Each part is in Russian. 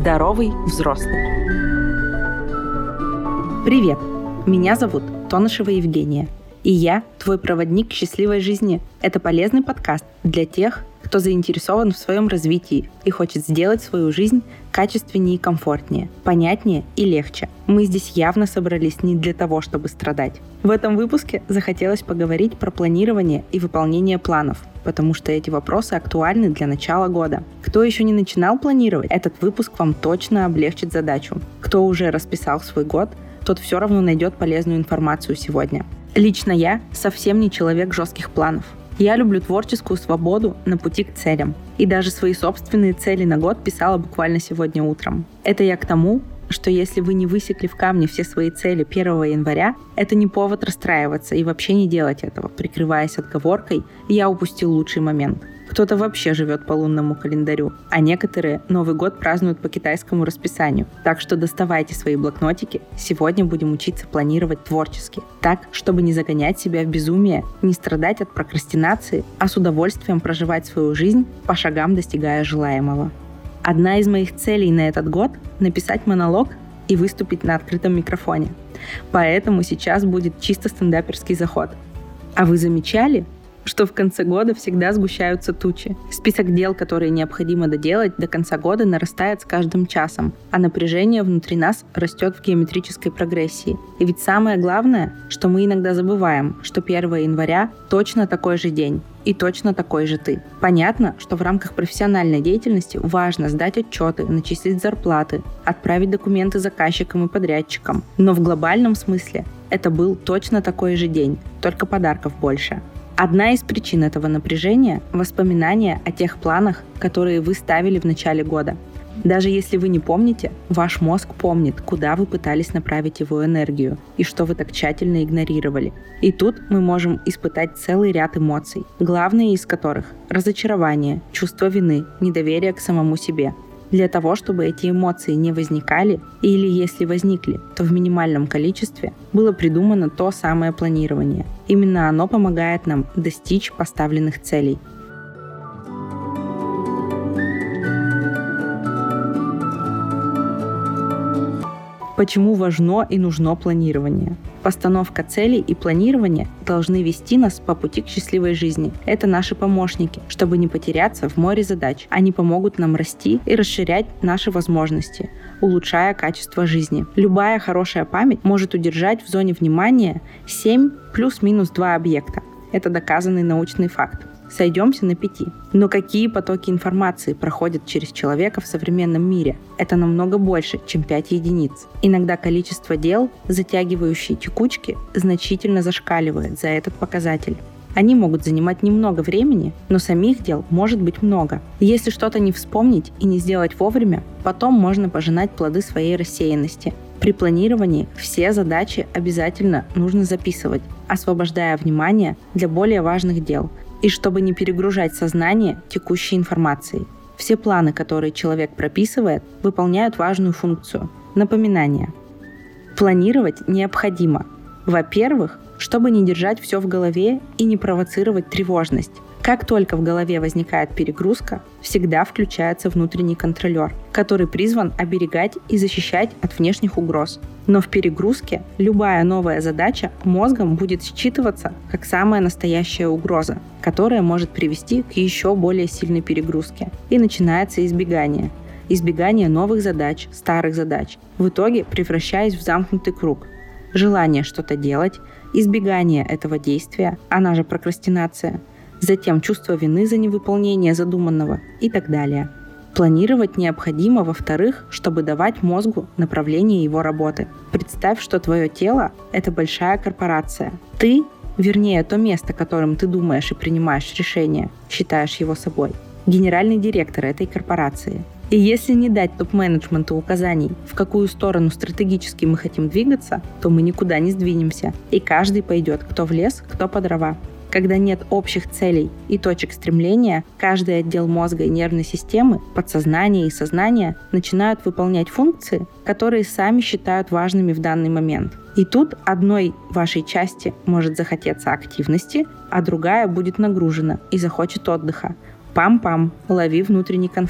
Здоровый взрослый. Привет! Меня зовут Тонышева Евгения, и я твой проводник к счастливой жизни. Это полезный подкаст для тех, кто заинтересован в своем развитии и хочет сделать свою жизнь качественнее и комфортнее, понятнее и легче. Мы здесь явно собрались не для того, чтобы страдать. В этом выпуске захотелось поговорить про планирование и выполнение планов, потому что эти вопросы актуальны для начала года. Кто еще не начинал планировать, этот выпуск вам точно облегчит задачу. Кто уже расписал свой год, тот все равно найдет полезную информацию сегодня. Лично я совсем не человек жестких планов. Я люблю творческую свободу на пути к целям. И даже свои собственные цели на год писала буквально сегодня утром. Это я к тому, что если вы не высекли в камне все свои цели 1 января, это не повод расстраиваться и вообще не делать этого, прикрываясь отговоркой «я упустил лучший момент». Кто-то вообще живет по лунному календарю, а некоторые Новый год празднуют по китайскому расписанию. Так что доставайте свои блокнотики, сегодня будем учиться планировать творчески. Так, чтобы не загонять себя в безумие, не страдать от прокрастинации, а с удовольствием проживать свою жизнь, по шагам достигая желаемого. Одна из моих целей на этот год – написать монолог и выступить на открытом микрофоне. Поэтому сейчас будет чисто стендаперский заход. А вы замечали, что в конце года всегда сгущаются тучи? Список дел, которые необходимо доделать до конца года, нарастает с каждым часом, а напряжение внутри нас растет в геометрической прогрессии. И ведь самое главное, что мы иногда забываем, что 1 января точно такой же день, и точно такой же ты. Понятно, что в рамках профессиональной деятельности важно сдать отчеты, начислить зарплаты, отправить документы заказчикам и подрядчикам. Но в глобальном смысле это был точно такой же день, только подарков больше. Одна из причин этого напряжения – воспоминания о тех планах, которые вы ставили в начале года. Даже если вы не помните, ваш мозг помнит, куда вы пытались направить его энергию и что вы так тщательно игнорировали. И тут мы можем испытать целый ряд эмоций, главные из которых – разочарование, чувство вины, недоверие к самому себе. Для того, чтобы эти эмоции не возникали, или если возникли, то в минимальном количестве, было придумано то самое планирование. Именно оно помогает нам достичь поставленных целей. Почему важно и нужно планирование? Постановка целей и планирование должны вести нас по пути к счастливой жизни. Это наши помощники, чтобы не потеряться в море задач. Они помогут нам расти и расширять наши возможности, улучшая качество жизни. Любая хорошая память может удержать в зоне внимания 7 плюс-минус 2 объекта. Это доказанный научный факт. Сойдемся на 5. Но какие потоки информации проходят через человека в современном мире? Это намного больше, чем 5 единиц. Иногда количество дел, затягивающие текучки, значительно зашкаливает за этот показатель. Они могут занимать немного времени, но самих дел может быть много. Если что-то не вспомнить и не сделать вовремя, потом можно пожинать плоды своей рассеянности. При планировании все задачи обязательно нужно записывать, освобождая внимание для более важных дел, и чтобы не перегружать сознание текущей информацией. Все планы, которые человек прописывает, выполняют важную функцию – напоминание. Планировать необходимо. Во-первых, чтобы не держать все в голове и не провоцировать тревожность. Как только в голове возникает перегрузка, всегда включается внутренний контролер, который призван оберегать и защищать от внешних угроз. Но в перегрузке любая новая задача мозгом будет считываться как самая настоящая угроза, которая может привести к еще более сильной перегрузке. И начинается избегание. Избегание новых задач, старых задач, в итоге превращаясь в замкнутый круг. Желание что-то делать, избегание этого действия, она же прокрастинация, затем чувство вины за невыполнение задуманного и так далее. Планировать необходимо, во-вторых, чтобы давать мозгу направление его работы. Представь, что твое тело – это большая корпорация. Ты, вернее, то место, которым ты думаешь и принимаешь решения, считаешь его собой, генеральный директор этой корпорации. И если не дать топ-менеджменту указаний, в какую сторону стратегически мы хотим двигаться, то мы никуда не сдвинемся, и каждый пойдет кто в лес, кто по дрова. Когда нет общих целей и точек стремления, каждый отдел мозга и нервной системы, подсознание и сознание начинают выполнять функции, которые сами считают важными в данный момент. И тут одной вашей части может захотеться активности, а другая будет нагружена и захочет отдыха. Пам-пам, лови внутренний конфликт.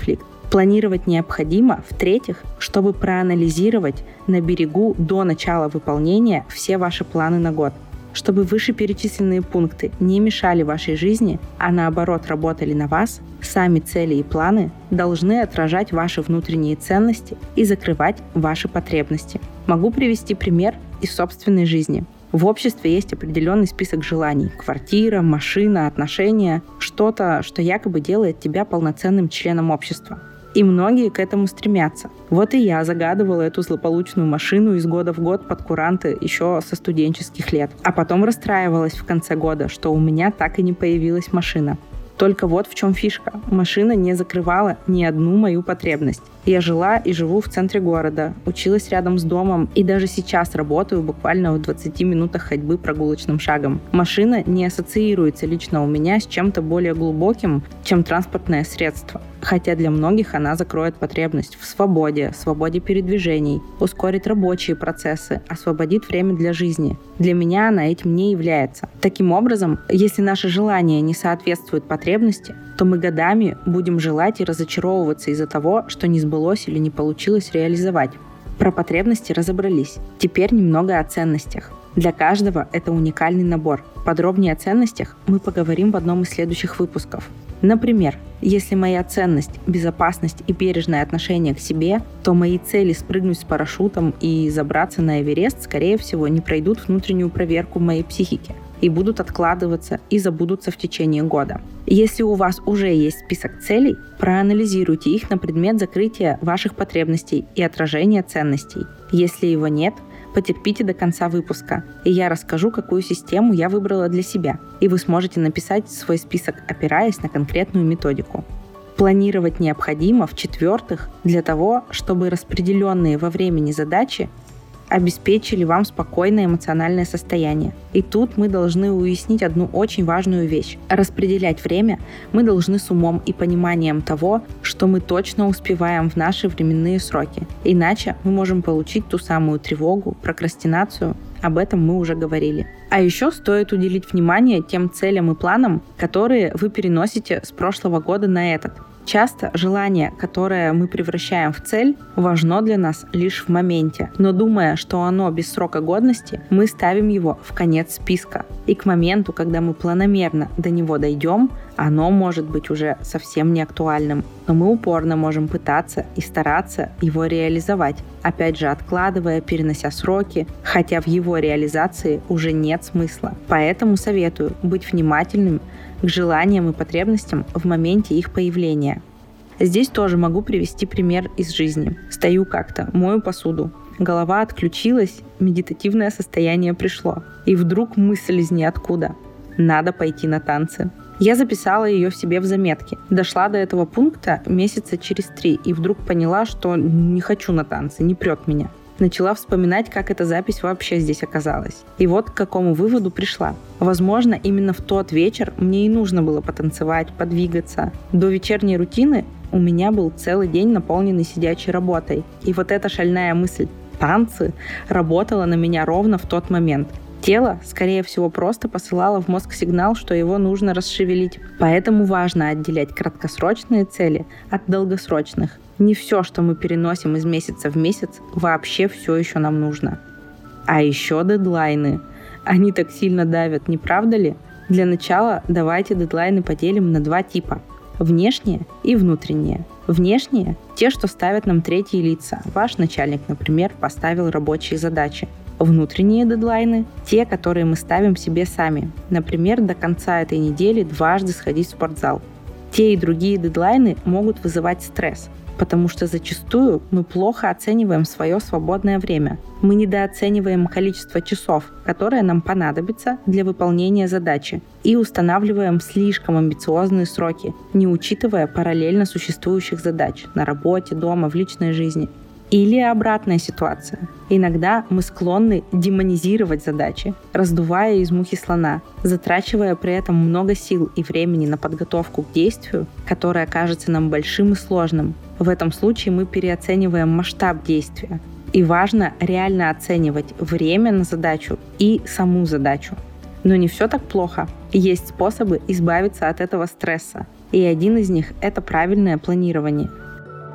Планировать необходимо, в-третьих, чтобы проанализировать на берегу до начала выполнения все ваши планы на год, чтобы вышеперечисленные пункты не мешали вашей жизни, а наоборот работали на вас. Сами цели и планы должны отражать ваши внутренние ценности и закрывать ваши потребности. Могу привести пример из собственной жизни. В обществе есть определенный список желаний: квартира, машина, отношения, что-то, что якобы делает тебя полноценным членом общества. И многие к этому стремятся. Вот и я загадывала эту злополучную машину из года в год под куранты еще со студенческих лет. А потом расстраивалась в конце года, что у меня так и не появилась машина. Только вот в чем фишка. Машина не закрывала ни одну мою потребность. Я жила и живу в центре города, училась рядом с домом и даже сейчас работаю буквально в 20 минутах ходьбы прогулочным шагом. Машина не ассоциируется лично у меня с чем-то более глубоким, чем транспортное средство. Хотя для многих она закроет потребность в свободе передвижений, ускорит рабочие процессы, освободит время для жизни. Для меня она этим не является. Таким образом, если наше желание не соответствует потребности, то мы годами будем желать и разочаровываться из-за того, что не сбылось или не получилось реализовать. Про потребности разобрались. Теперь немного о ценностях. Для каждого это уникальный набор. Подробнее о ценностях мы поговорим в одном из следующих выпусков. Например, если моя ценность – безопасность и бережное отношение к себе, то мои цели спрыгнуть с парашютом и забраться на Эверест, скорее всего, не пройдут внутреннюю проверку моей психики и будут откладываться и забудутся в течение года. Если у вас уже есть список целей, проанализируйте их на предмет закрытия ваших потребностей и отражения ценностей. Если его нет, потерпите до конца выпуска, и я расскажу, какую систему я выбрала для себя, и вы сможете написать свой список, опираясь на конкретную методику. Планировать необходимо, в-четвертых, для того, чтобы распределенные во времени задачи обеспечили вам спокойное эмоциональное состояние. И тут мы должны уяснить одну очень важную вещь. Распределять время мы должны с умом и пониманием того, что мы точно успеваем в наши временные сроки. Иначе мы можем получить ту самую тревогу, прокрастинацию. Об этом мы уже говорили. А еще стоит уделить внимание тем целям и планам, которые вы переносите с прошлого года на этот. Часто желание, которое мы превращаем в цель, важно для нас лишь в моменте. Но думая, что оно без срока годности, мы ставим его в конец списка. И к моменту, когда мы планомерно до него дойдем, оно может быть уже совсем не актуальным. Но мы упорно можем пытаться и стараться его реализовать, опять же откладывая, перенося сроки, хотя в его реализации уже нет смысла. Поэтому советую быть внимательным к желаниям и потребностям в моменте их появления. Здесь тоже могу привести пример из жизни. Стою как-то, мою посуду. Голова отключилась, медитативное состояние пришло. И вдруг мысль из ниоткуда. Надо пойти на танцы. Я записала ее в себе в заметке. Дошла до этого пункта месяца через 3 и вдруг поняла, что не хочу на танцы, не прет меня. Начала вспоминать, как эта запись вообще здесь оказалась. И вот к какому выводу пришла. Возможно, именно в тот вечер мне и нужно было потанцевать, подвигаться. До вечерней рутины у меня был целый день, наполненный сидячей работой. И вот эта шальная мысль «танцы» работала на меня ровно в тот момент. Тело, скорее всего, просто посылало в мозг сигнал, что его нужно расшевелить. Поэтому важно отделять краткосрочные цели от долгосрочных. Не все, что мы переносим из месяца в месяц, вообще все еще нам нужно. А еще дедлайны. Они так сильно давят, не правда ли? Для начала давайте дедлайны поделим на 2 типа. Внешние и внутренние. Внешние – те, что ставят нам третьи лица. Ваш начальник, например, поставил рабочие задачи. Внутренние дедлайны – те, которые мы ставим себе сами. Например, до конца этой недели 2 сходить в спортзал. Те и другие дедлайны могут вызывать стресс, потому что зачастую мы плохо оцениваем свое свободное время. Мы недооцениваем количество часов, которое нам понадобится для выполнения задачи, и устанавливаем слишком амбициозные сроки, не учитывая параллельно существующих задач на работе, дома, в личной жизни. Или обратная ситуация. Иногда мы склонны демонизировать задачи, раздувая из мухи слона, затрачивая при этом много сил и времени на подготовку к действию, которое кажется нам большим и сложным. В этом случае мы переоцениваем масштаб действия. И важно реально оценивать время на задачу и саму задачу. Но не все так плохо. Есть способы избавиться от этого стресса. И один из них – это правильное планирование.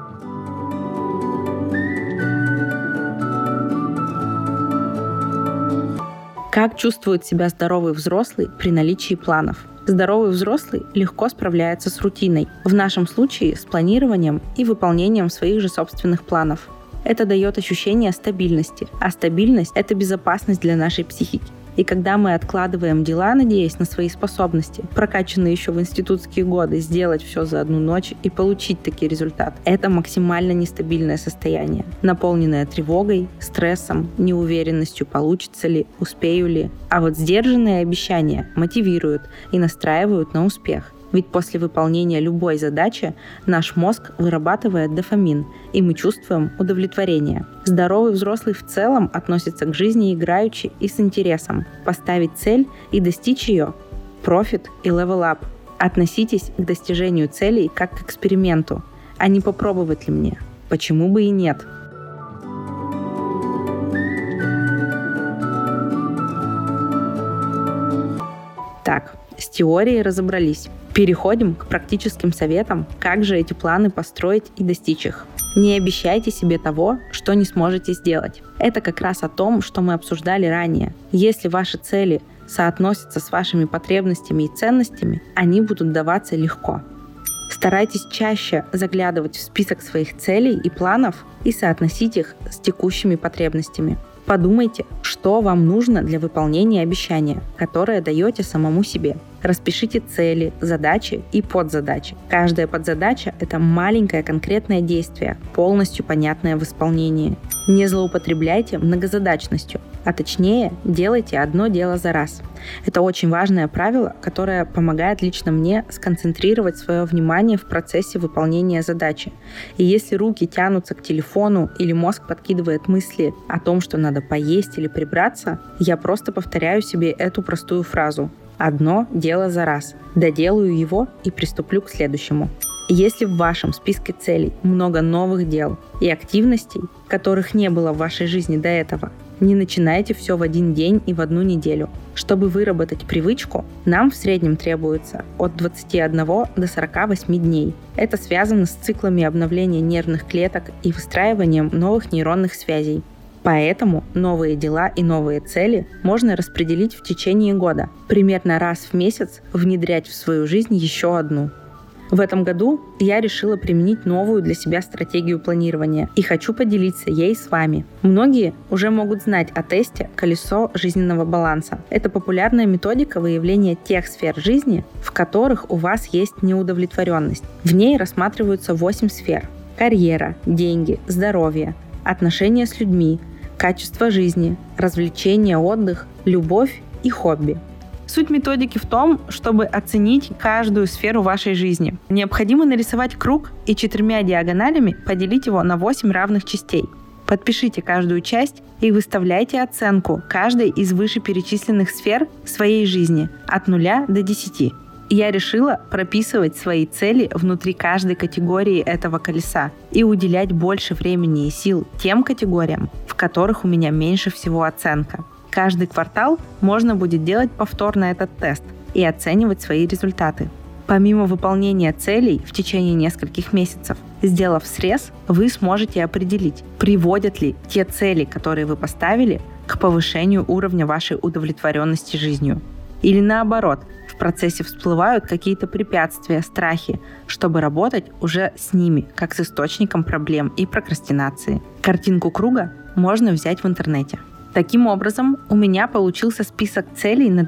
Как чувствует себя здоровый взрослый при наличии планов? Здоровый взрослый легко справляется с рутиной, в нашем случае с планированием и выполнением своих же собственных планов. Это дает ощущение стабильности, а стабильность – это безопасность для нашей психики. И когда мы откладываем дела, надеясь на свои способности, прокачанные еще в институтские годы, сделать все за одну ночь и получить такой результат, это максимально нестабильное состояние, наполненное тревогой, стрессом, неуверенностью, получится ли, успею ли. А вот сдержанные обещания мотивируют и настраивают на успех. Ведь после выполнения любой задачи наш мозг вырабатывает дофамин, и мы чувствуем удовлетворение. Здоровый взрослый в целом относится к жизни играючи и с интересом. Поставить цель и достичь ее – профит и левел-ап. Относитесь к достижению целей как к эксперименту, а не попробовать ли мне. Почему бы и нет? Так, с теорией разобрались. Переходим к практическим советам, как же эти планы построить и достичь их. Не обещайте себе того, что не сможете сделать. Это как раз о том, что мы обсуждали ранее. Если ваши цели соотносятся с вашими потребностями и ценностями, они будут даваться легко. Старайтесь чаще заглядывать в список своих целей и планов и соотносить их с текущими потребностями. Подумайте, что вам нужно для выполнения обещания, которое даете самому себе. Распишите цели, задачи и подзадачи. Каждая подзадача – это маленькое конкретное действие, полностью понятное в исполнении. Не злоупотребляйте многозадачностью, а точнее делайте одно дело за раз. Это очень важное правило, которое помогает лично мне сконцентрировать свое внимание в процессе выполнения задачи. И если руки тянутся к телефону или мозг подкидывает мысли о том, что надо поесть или прибраться, я просто повторяю себе эту простую фразу: одно дело за раз. Доделаю его и приступлю к следующему. Если в вашем списке целей много новых дел и активностей, которых не было в вашей жизни до этого, не начинайте все в один день и в одну неделю. Чтобы выработать привычку, нам в среднем требуется от 21 до 48 дней. Это связано с циклами обновления нервных клеток и выстраиванием новых нейронных связей. Поэтому новые дела и новые цели можно распределить в течение года. Примерно раз в месяц внедрять в свою жизнь еще одну. В этом году я решила применить новую для себя стратегию планирования и хочу поделиться ей с вами. Многие уже могут знать о тесте «Колесо жизненного баланса». Это популярная методика выявления тех сфер жизни, в которых у вас есть неудовлетворенность. В ней рассматриваются 8 сфер: карьера, деньги, здоровье, отношения с людьми, качество жизни, развлечения, отдых, любовь и хобби. Суть методики в том, чтобы оценить каждую сферу вашей жизни. Необходимо нарисовать круг и 4 диагоналями поделить его на 8 равных частей. Подпишите каждую часть и выставляйте оценку каждой из вышеперечисленных сфер своей жизни от 0 до 10. Я решила прописывать свои цели внутри каждой категории этого колеса и уделять больше времени и сил тем категориям, в которых у меня меньше всего оценка. Каждый квартал можно будет делать повторно этот тест и оценивать свои результаты. Помимо выполнения целей в течение нескольких месяцев, сделав срез, вы сможете определить, приводят ли те цели, которые вы поставили, к повышению уровня вашей удовлетворенности жизнью. Или наоборот, в процессе всплывают какие-то препятствия, страхи, чтобы работать уже с ними, как с источником проблем и прокрастинации. Картинку круга можно взять в интернете. Таким образом, у меня получился список целей на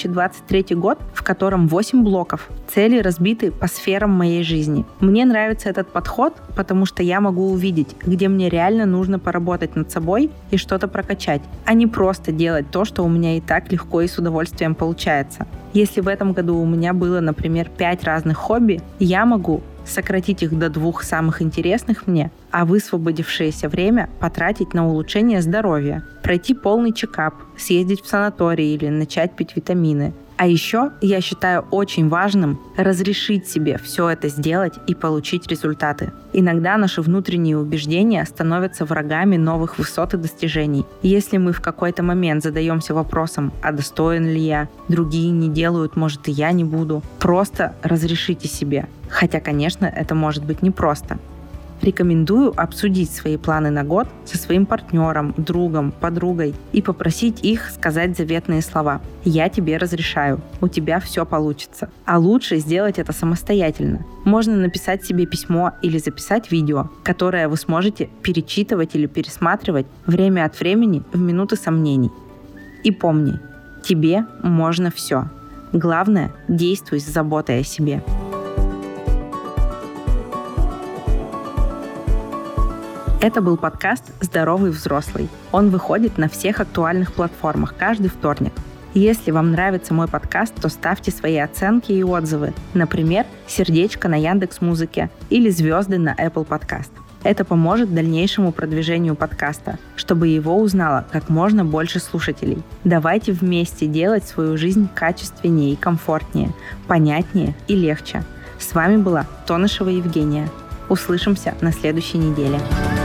2023 год, в котором 8 блоков. Цели разбиты по сферам моей жизни. Мне нравится этот подход, потому что я могу увидеть, где мне реально нужно поработать над собой и что-то прокачать, а не просто делать то, что у меня и так легко и с удовольствием получается. Если в этом году у меня было, например, 5 разных хобби, я могу сократить их до 2 самых интересных мне, а высвободившееся время потратить на улучшение здоровья, пройти полный чекап, съездить в санаторий или начать пить витамины. А еще я считаю очень важным разрешить себе все это сделать и получить результаты. Иногда наши внутренние убеждения становятся врагами новых высот и достижений. Если мы в какой-то момент задаемся вопросом: а достоин ли я? Другие не делают, может и я не буду. Просто разрешите себе. Хотя, конечно, это может быть непросто. Рекомендую обсудить свои планы на год со своим партнером, другом, подругой и попросить их сказать заветные слова. «Я тебе разрешаю, у тебя все получится». А лучше сделать это самостоятельно. Можно написать себе письмо или записать видео, которое вы сможете перечитывать или пересматривать время от времени в минуты сомнений. И помни, тебе можно все. Главное, действуй с заботой о себе. Это был подкаст «Здоровый взрослый». Он выходит на всех актуальных платформах каждый вторник. Если вам нравится мой подкаст, то ставьте свои оценки и отзывы. Например, сердечко на Яндекс.Музыке или звезды на Apple Podcast. Это поможет дальнейшему продвижению подкаста, чтобы его узнало как можно больше слушателей. Давайте вместе делать свою жизнь качественнее и комфортнее, понятнее и легче. С вами была Тонышева Евгения. Услышимся на следующей неделе.